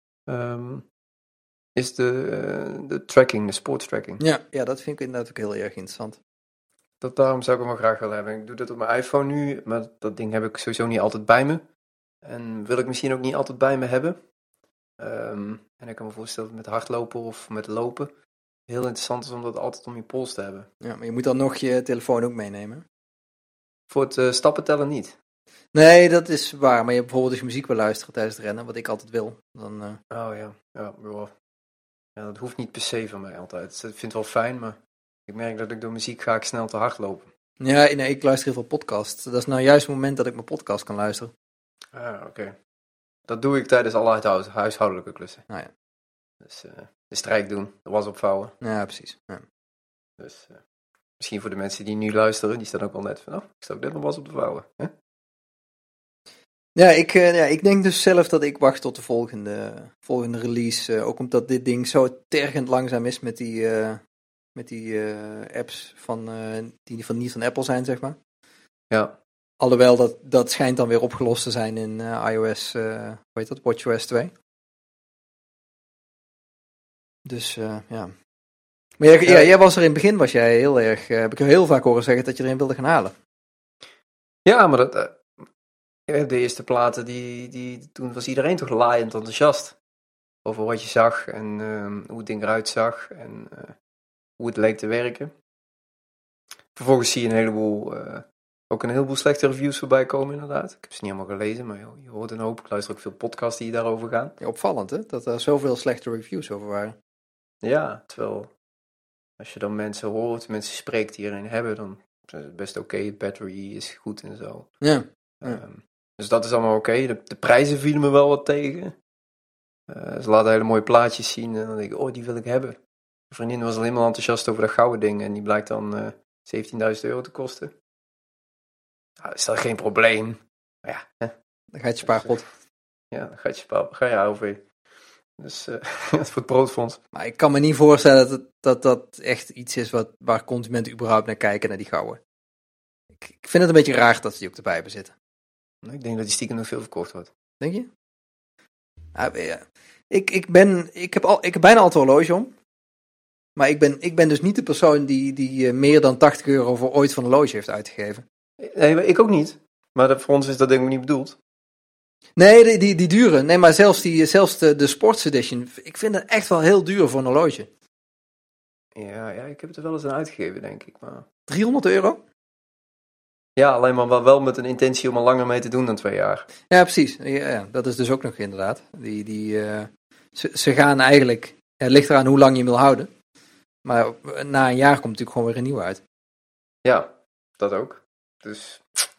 is de tracking, de sportstracking. Ja, dat vind ik inderdaad ook heel erg interessant. Daarom zou ik hem wel graag willen hebben. Ik doe dat op mijn iPhone nu, maar dat ding heb ik sowieso niet altijd bij me. En wil ik misschien ook niet altijd bij me hebben. En ik kan me voorstellen met hardlopen of met lopen heel interessant is om dat altijd om je pols te hebben. Ja, maar je moet dan nog je telefoon ook meenemen. Voor het stappen tellen niet. Nee, dat is waar. Maar je hebt bijvoorbeeld als je muziek wil luisteren tijdens het rennen, wat ik altijd wil. Dan, Oh ja. Ja, dat hoeft niet per se van mij altijd. Ik vind het wel fijn, maar ik merk dat ik door muziek ga ik snel te hard lopen. Ja, nee, ik luister heel veel podcasts. Dat is nou juist het moment dat ik mijn podcast kan luisteren. Oké. Dat doe ik tijdens alle huishoudelijke klussen. Nou ja. Dus de strijk doen, de was opvouwen. Ja, precies. Ja. Dus misschien voor de mensen die nu luisteren, die staan ook al net van, ik sta ook net nog was op te vouwen. Hè? Ja, ik denk dus zelf dat ik wacht tot de volgende release. Ook omdat dit ding zo tergend langzaam is met die apps die niet van Apple zijn, zeg maar. Ja. Alhoewel, dat schijnt dan weer opgelost te zijn in iOS, WatchOS 2. Dus, ja. Maar jij was er in het begin, heb ik heel vaak horen zeggen dat je erin wilde gaan halen. Ja, maar de eerste platen, toen was iedereen toch laaiend enthousiast. Over wat je zag en hoe het ding eruit zag en hoe het leek te werken. Vervolgens zie je ook een heleboel slechte reviews voorbij komen inderdaad. Ik heb ze niet allemaal gelezen, maar je hoort een hoop. Ik luister ook veel podcasts die daarover gaan. Ja, opvallend hè, dat er zoveel slechte reviews over waren. Ja, terwijl als je dan mensen hoort, mensen spreekt die erin hebben, dan is het best oké. Battery is goed en zo. Ja. Dus dat is allemaal oké. De prijzen vielen me wel wat tegen. Ze laten hele mooie plaatjes zien en dan denk ik, die wil ik hebben. Mijn vriendin was al helemaal enthousiast over dat gouden ding en die blijkt dan €17.000 te kosten. Nou, is dat geen probleem. Maar ja, hè. Dan gaat je spaarpot. Ja, dan gaat je spaarpot. Ga je AOV. Dus het voor het broodfonds. Maar ik kan me niet voorstellen dat echt iets is waar consumenten überhaupt naar kijken, naar die gouden. Ik vind het een beetje raar dat ze die ook erbij hebben zitten. Ik denk dat die stiekem nog veel verkocht wordt. Denk je? Ja. Ik heb bijna altijd een horloge om. Maar ik ben dus niet de persoon die meer dan €80 voor ooit van een horloge heeft uitgegeven. Nee, ik ook niet. Maar voor ons is dat denk ik niet bedoeld. Nee, die dure. Nee, maar zelfs de Sports Edition. Ik vind het echt wel heel duur voor een horloge. Ja, ik heb het er wel eens aan uitgegeven, denk ik. Maar €300? ja, alleen maar wel met een intentie om er langer mee te doen dan 2 jaar. Ja, precies. Ja, dat is dus ook nog inderdaad. Ze gaan eigenlijk, het ligt eraan hoe lang je hem wil houden. Maar na een jaar komt natuurlijk gewoon weer een nieuwe uit. Ja, dat ook. Dus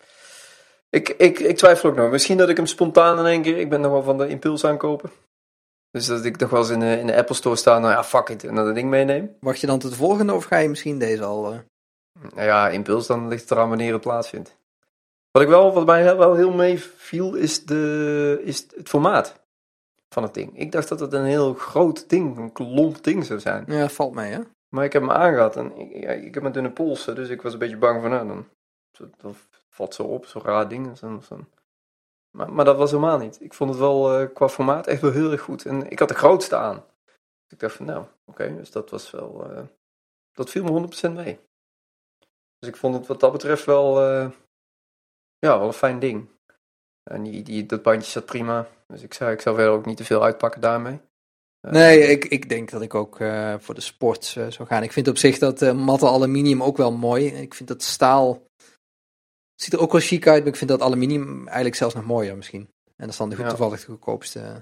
ik twijfel ook nog. Misschien dat ik hem spontaan in één keer, ik ben nog wel van de impuls aankopen. Dus dat ik nog wel eens in de Apple Store sta, nou ja, fuck it, en dan dat ding meeneem. Wacht je dan tot de volgende of ga je misschien deze al... Nou ja, impuls, dan ligt het eraan wanneer het plaatsvindt. Wat mij wel heel meeviel, is het formaat van het ding. Ik dacht dat het een heel groot ding, een klomp ding zou zijn. Ja, valt mee, hè? Maar ik heb hem aangehad en ik heb mijn dunne polsen, dus ik was een beetje bang van, dan valt zo op, zo'n raar ding. Maar dat was helemaal niet. Ik vond het wel qua formaat echt wel heel erg goed. En ik had de grootste aan. Ik dacht van, nou, oké, dus dat was wel... dat viel me 100% mee. Dus ik vond het wat dat betreft wel, wel een fijn ding. En dat bandje zat prima. Dus ik zou verder ook niet te veel uitpakken daarmee. Nee, ik denk dat ik ook voor de sport zou gaan. Ik vind op zich dat matte aluminium ook wel mooi. Ik vind dat staal... ziet er ook wel chic uit, maar ik vind dat aluminium eigenlijk zelfs nog mooier misschien. En dat is dan toevallig de goedkoopste.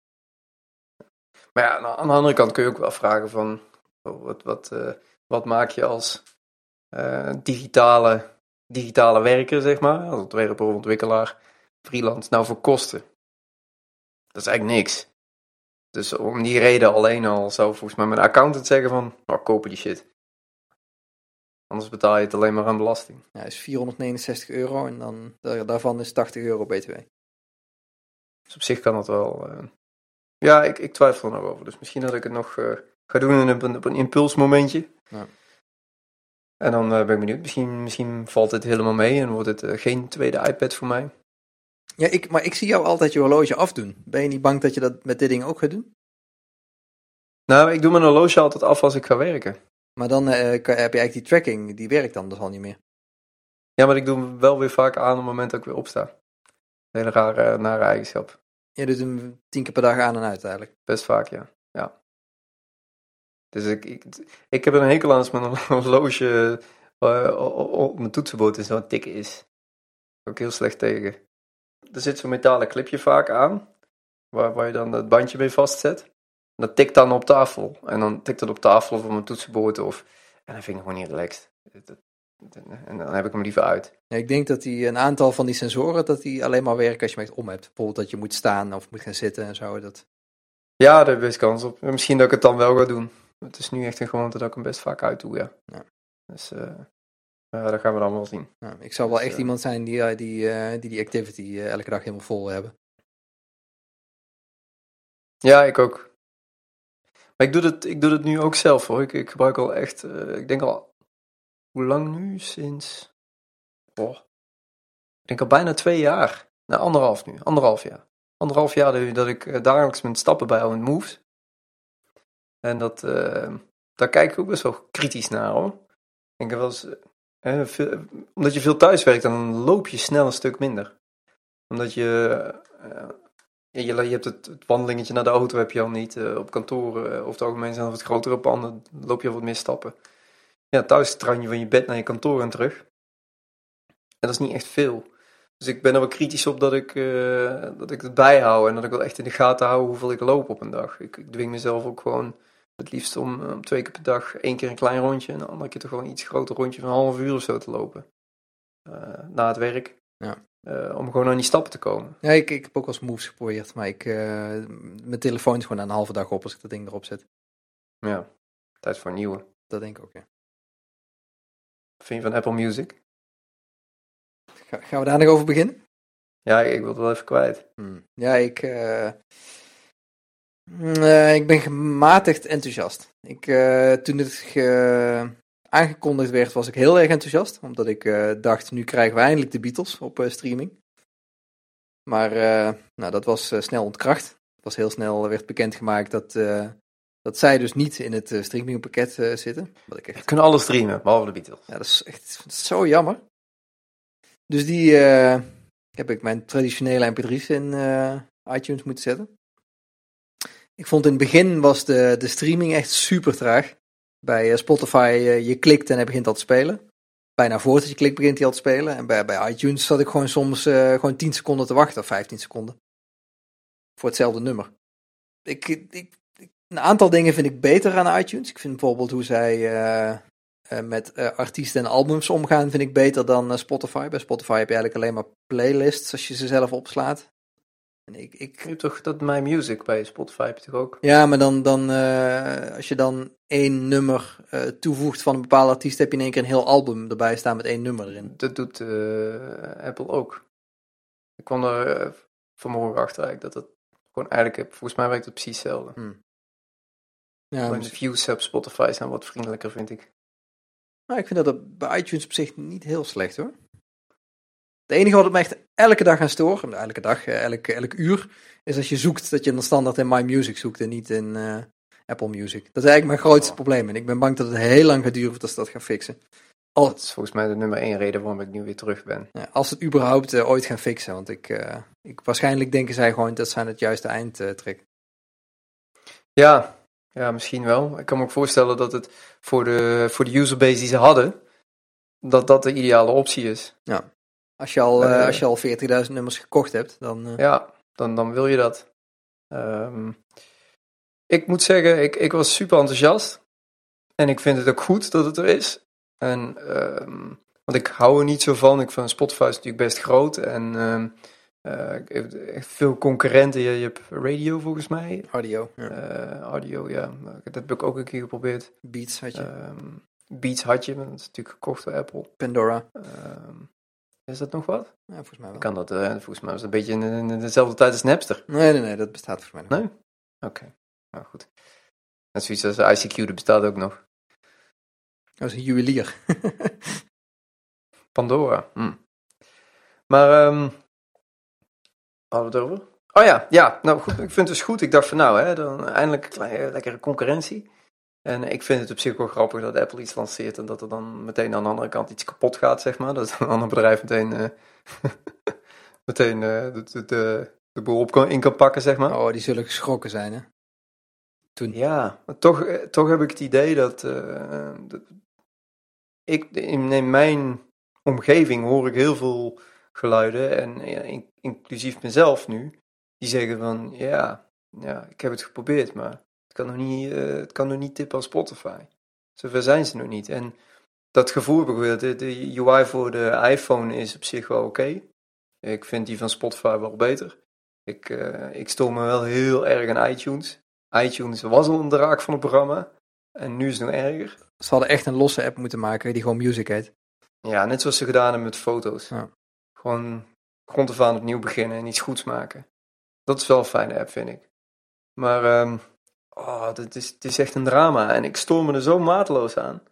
Maar ja, aan de andere kant kun je ook wel vragen van... wat maak je als digitale werker, zeg maar? Als ontwerper of ontwikkelaar, freelance, nou voor kosten? Dat is eigenlijk niks. Dus om die reden alleen al zou volgens mij mijn accountant zeggen van... nou, kopen die shit. Anders betaal je het alleen maar aan belasting. Ja, is €469 en dan daarvan is €80 BTW. Dus op zich kan dat wel... Ja, ik twijfel er nog over. Dus misschien dat ik het nog ga doen op een impulsmomentje. Ja. En dan ben ik benieuwd. Misschien valt het helemaal mee en wordt het geen tweede iPad voor mij. Ja, maar ik zie jou altijd je horloge afdoen. Ben je niet bang dat je dat met dit ding ook gaat doen? Nou, ik doe mijn horloge altijd af als ik ga werken. Maar dan heb je eigenlijk die tracking, die werkt dan dus al niet meer. Ja, maar ik doe hem wel weer vaak aan op het moment dat ik weer opsta. Een hele rare, nare eigenschap. Je doet hem 10 keer per dag aan en uit eigenlijk. Best vaak, ja. Dus ik heb er een hekel aan als mijn horloge op mijn toetsenbord en zo tik is. Ook heel slecht tegen. Er zit zo'n metalen clipje vaak aan, waar je dan het bandje mee vastzet. En dat tikt dan op tafel. En dan tikt het op tafel of op mijn toetsenbord. En dat vind ik gewoon niet relaxed. En dan heb ik hem liever uit. Ja, ik denk dat een aantal van die sensoren, dat die alleen maar werken als je hem echt om hebt. Bijvoorbeeld dat je moet staan of moet gaan zitten en zo. Ja, daar heb ik best kans op. Misschien dat ik het dan wel ga doen. Het is nu echt een gewoonte dat ik hem best vaak uit doe, ja. Dus dat gaan we dan wel zien. Ja, ik zou wel echt iemand zijn die activity elke dag helemaal vol hebben. Ja, ik ook. Maar ik doe het nu ook zelf hoor. Ik gebruik al echt, ik denk al, hoe lang nu? Sinds, ik denk al bijna 2 jaar. Nou, 1,5 nu. 1,5 jaar. 1,5 jaar dat ik dagelijks mijn stappen bijhoud met Moves. En daar kijk ik ook best wel kritisch naar hoor. Ik denk wel eens, omdat je veel thuis werkt, dan loop je snel een stuk minder. Omdat je hebt het wandelingetje naar de auto heb je al niet. Op kantoor, over het algemeen zijn er wat grotere panden, loop je al wat meer stappen. Ja, thuis trein je van je bed naar je kantoor en terug. En dat is niet echt veel. Dus ik ben er wel kritisch op dat ik het bijhoud en dat ik wel echt in de gaten hou hoeveel ik loop op een dag. Ik dwing mezelf ook gewoon het liefst om 2 keer per dag 1 keer een klein rondje en de andere keer toch gewoon een iets groter rondje van een 1,5 uur of zo te lopen. Na het werk. Ja. Om gewoon aan die stappen te komen. Ja, ik heb ook wel eens Moves geprobeerd, maar mijn telefoon is gewoon na een halve dag op als ik dat ding erop zet. Ja, tijd voor een nieuwe. Dat denk ik ook, ja. Wat vind je van Apple Music? Gaan we daar nog over beginnen? Ja, ik wil het wel even kwijt. Ja, ik ben gematigd enthousiast. Toen het aangekondigd werd, was ik heel erg enthousiast. Omdat ik dacht, nu krijgen we eindelijk de Beatles op streaming. Maar dat was snel ontkracht. Het was heel snel, werd bekendgemaakt dat zij dus niet in het streamingpakket zitten. We kunnen alles streamen, behalve de Beatles. Ja, dat is echt zo jammer. Dus die heb ik mijn traditionele mp3's in iTunes moeten zetten. Ik vond in het begin was de streaming echt super traag. Bij Spotify, je klikt en hij begint al te spelen. Bijna voordat je klikt begint hij al te spelen. En bij iTunes zat ik gewoon soms gewoon 10 seconden te wachten, of 15 seconden. Voor hetzelfde nummer. Een aantal dingen vind ik beter aan iTunes. Ik vind bijvoorbeeld hoe zij met artiesten en albums omgaan, vind ik beter dan Spotify. Bij Spotify heb je eigenlijk alleen maar playlists als je ze zelf opslaat. En je hebt toch dat My Music bij Spotify, heb je toch ook? Ja, maar dan als je dan 1 nummer toevoegt van een bepaalde artiest, heb je in één keer een heel album erbij staan met 1 nummer erin. Dat doet Apple ook. Ik kwam er vanmorgen achter eigenlijk dat gewoon eigenlijk, volgens mij werkt het precies hetzelfde. Ja, de views op Spotify zijn wat vriendelijker, vind ik. Nou, ik vind dat bij iTunes op zich niet heel slecht hoor. Het enige wat het me elke dag aan stoor, elke dag, elk uur, is als je zoekt dat je dan standaard in My Music zoekt en niet in Apple Music. Dat is eigenlijk mijn grootste probleem. En ik ben bang dat het heel lang gaat duren voordat ze dat gaan fixen. Dat is volgens mij de nummer 1 reden waarom ik nu weer terug ben. Ja, als ze het überhaupt ooit gaan fixen. Want waarschijnlijk denken zij gewoon dat ze aan het juiste eind trekken. Ja, misschien wel. Ik kan me ook voorstellen dat het voor de userbase die ze hadden, dat de ideale optie is. Ja. Als je al 40.000 nummers gekocht hebt, dan... Ja, dan wil je dat. Ik moet zeggen, ik was super enthousiast. En ik vind het ook goed dat het er is. En, want ik hou er niet zo van. Ik vind Spotify is natuurlijk best groot. En echt veel concurrenten. Je hebt radio volgens mij. Audio. Ja. Audio, ja. Dat heb ik ook een keer geprobeerd. Beats had je. Beats had je, maar dat is natuurlijk gekocht door Apple. Pandora. Is dat nog wat? Ja, volgens mij wel. Kan dat, volgens mij was het een beetje in dezelfde tijd als Napster. Nee, dat bestaat volgens mij nog. Nee? Oké. Nou goed. Net zoiets als ICQ, dat bestaat ook nog. Dat is een juwelier. Pandora. Maar, hadden we het over? Oh ja, nou goed, ik vind het dus goed. Ik dacht van dan eindelijk lekkere concurrentie. En ik vind het op zich wel grappig dat Apple iets lanceert en dat er dan meteen aan de andere kant iets kapot gaat, zeg maar. Dat een ander bedrijf meteen de boel in kan pakken, zeg maar. Oh, die zullen geschrokken zijn, hè? Toen. Ja, maar toch heb ik het idee dat in mijn omgeving hoor ik heel veel geluiden, en inclusief mezelf nu, die zeggen van, ja, ik heb het geprobeerd, maar het kan nog niet tippen als Spotify. Zover zijn ze nog niet. En dat gevoel heb ik weer. De UI voor de iPhone is op zich wel oké. Ik vind die van Spotify wel beter. Ik stoor me wel heel erg aan iTunes. iTunes was al een draak van het programma. En nu is het nog erger. Ze hadden echt een losse app moeten maken die gewoon Music heet. Ja, net zoals ze gedaan hebben met foto's. Ja. Gewoon grond af aan opnieuw beginnen en iets goeds maken. Dat is wel een fijne app, vind ik. Maar het is echt een drama. En ik stoor me er zo mateloos aan.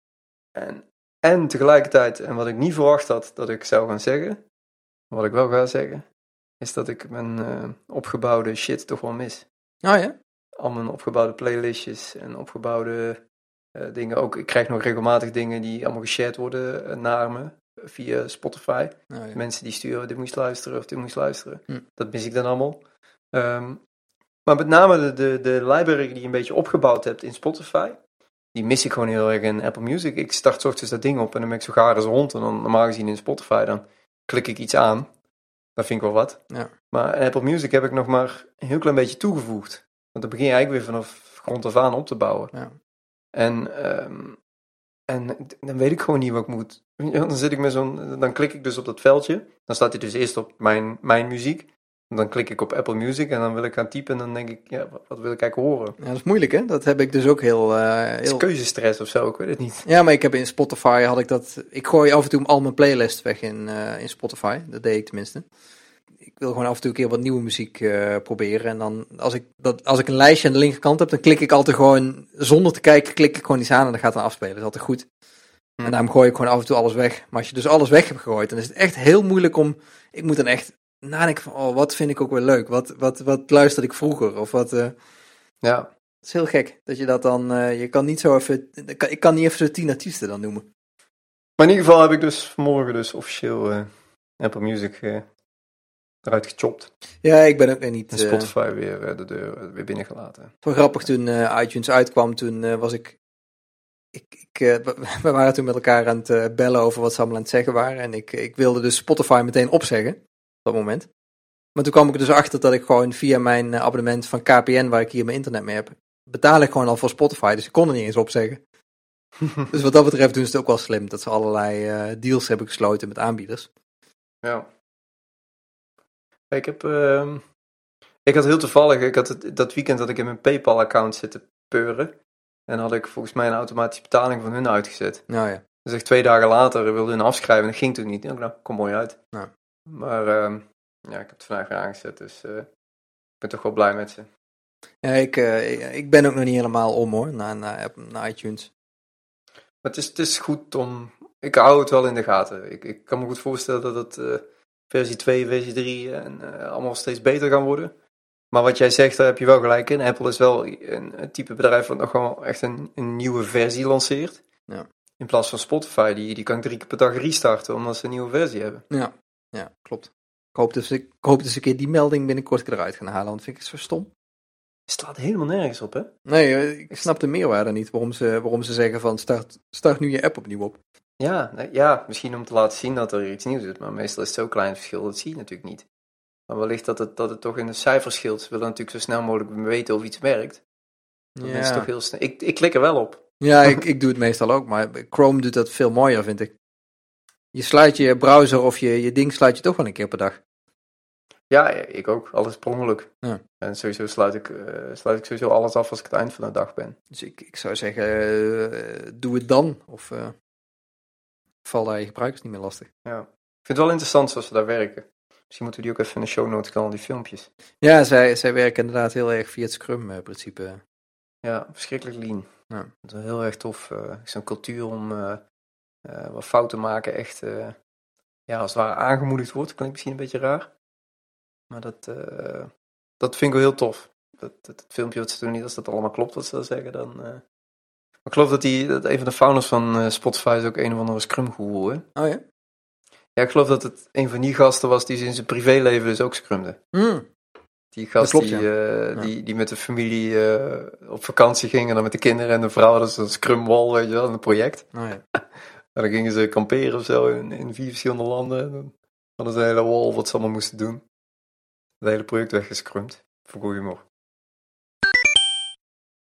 En tegelijkertijd, en wat ik niet verwacht had dat ik zou gaan zeggen, wat ik wel ga zeggen, is dat ik mijn opgebouwde shit toch wel mis. Oh ja? Al mijn opgebouwde playlistjes en opgebouwde dingen. Ook, ik krijg nog regelmatig dingen die allemaal geshared worden naar me via Spotify. Oh, ja. Mensen die sturen, dit moest luisteren of dit moest luisteren. Dat mis ik dan allemaal. Maar met name de library die je een beetje opgebouwd hebt in Spotify, die mis ik gewoon heel erg in Apple Music. Ik start 's ochtends dat ding op en dan ben ik zo gaar als rond. En dan normaal gezien in Spotify, dan klik ik iets aan. Dat vind ik wel wat. Ja. Maar in Apple Music heb ik nog maar een heel klein beetje toegevoegd. Want dan begin je eigenlijk weer vanaf grond af aan op te bouwen. Ja. En dan weet ik gewoon niet wat ik moet. Dan zit ik met dan klik ik dus op dat veldje. Dan staat hij dus eerst op mijn muziek. Dan klik ik op Apple Music en dan wil ik gaan typen en dan denk ik, ja, wat wil ik eigenlijk horen? Ja, dat is moeilijk, hè? Dat heb ik dus ook heel... Het is keuzestress of zo, ik weet het niet. Ja, maar ik heb in Spotify had ik dat... Ik gooi af en toe al mijn playlist weg in Spotify. Dat deed ik tenminste. Ik wil gewoon af en toe een keer wat nieuwe muziek proberen. En dan, als ik een lijstje aan de linkerkant heb, dan klik ik altijd gewoon, zonder te kijken, klik ik gewoon iets aan en dan gaat het dan afspelen. Dat is altijd goed. En daarom gooi ik gewoon af en toe alles weg. Maar als je dus alles weg hebt gegooid, dan is het echt heel moeilijk om... Ik moet dan echt nadenken van, wat vind ik ook weer leuk? Wat luisterde ik vroeger? Of wat... Ja. Het is heel gek dat je dat dan... je kan niet zo even... Ik kan niet even zo 10 artiesten dan noemen. Maar in ieder geval heb ik dus vanmorgen dus officieel Apple Music eruit gechopt. Ja, ik ben ook nog niet... En Spotify weer de deur weer binnengelaten. Zo grappig, toen iTunes uitkwam, toen was ik... We waren toen met elkaar aan het bellen over wat ze allemaal aan het zeggen waren. En ik wilde dus Spotify meteen opzeggen, op dat moment. Maar toen kwam ik er dus achter dat ik gewoon via mijn abonnement van KPN, waar ik hier mijn internet mee heb, betaal ik gewoon al voor Spotify. Dus ik kon er niet eens opzeggen. Dus wat dat betreft doen ze het ook wel slim, dat ze allerlei deals hebben gesloten met aanbieders. Ja. Ik had heel toevallig, dat weekend dat ik in mijn PayPal-account zitten peuren. En had ik volgens mij een automatische betaling van hun uitgezet. Nou ja. Dus echt 2 dagen later wilde hun afschrijven en dat ging toen niet. Ik dacht, nou, kom mooi uit. Ja. Maar ik heb het vandaag weer aangezet, dus ik ben toch wel blij met ze. Ja, ik ben ook nog niet helemaal om hoor, naar iTunes. Maar het is goed om... Ik hou het wel in de gaten. Ik kan me goed voorstellen dat het versie 2, versie 3 en allemaal steeds beter gaan worden. Maar wat jij zegt, daar heb je wel gelijk in. Apple is wel een type bedrijf wat nog gewoon echt een nieuwe versie lanceert. Ja. In plaats van Spotify, die kan ik 3 keer per dag restarten, omdat ze een nieuwe versie hebben. Ja, klopt. Ik hoop dus een keer die melding binnenkort eruit gaan halen, want vind ik het zo stom. Het slaat helemaal nergens op, hè? Nee, ik snap de meerwaarde niet, waarom ze zeggen van start nu je app opnieuw op. Ja, misschien om te laten zien dat er iets nieuws is, maar meestal is het zo klein verschil, dat zie je natuurlijk niet. Maar wellicht dat het toch in de cijfers scheelt. Ze willen natuurlijk zo snel mogelijk weten of iets werkt. Dan is het toch heel snel. Ik klik er wel op. Ja, ik doe het meestal ook, maar Chrome doet dat veel mooier, vind ik. Je sluit je browser of je ding sluit je toch wel een keer per dag. Ja, ik ook. Alles per ongeluk. Ja. En sowieso sluit ik sowieso alles af als ik het eind van de dag ben. Dus ik zou zeggen, doe het dan. Of val daar je gebruikers niet meer lastig. Ja. Ik vind het wel interessant zoals ze daar werken. Misschien moeten we die ook even in de show notes knallen, die filmpjes. Ja, zij werken inderdaad heel erg via het Scrum-principe. Ja, verschrikkelijk lean. Ja. Dat is wel heel erg tof. Zo'n cultuur om wat fouten maken echt, als het ware aangemoedigd wordt. Klinkt misschien een beetje raar. Maar dat vind ik wel heel tof. Dat filmpje wat ze doen, niet als dat allemaal klopt wat ze zeggen, dan... Maar ik geloof dat een van de founders van Spotify is ook een of andere Scrum-goeroe, hè? Oh ja? Ja, ik geloof dat het een van die gasten was die in zijn privéleven dus ook scrumde. Die gast klopt, die met de familie op vakantie ging en dan met de kinderen en de vrouw, dat is een scrumwall, weet je wel, een project. Oh ja. En dan gingen ze kamperen of zo in 4 verschillende landen. En dan hadden ze een hele wall wat ze allemaal moesten doen. Het hele project weggescrumd. Voor goede humor.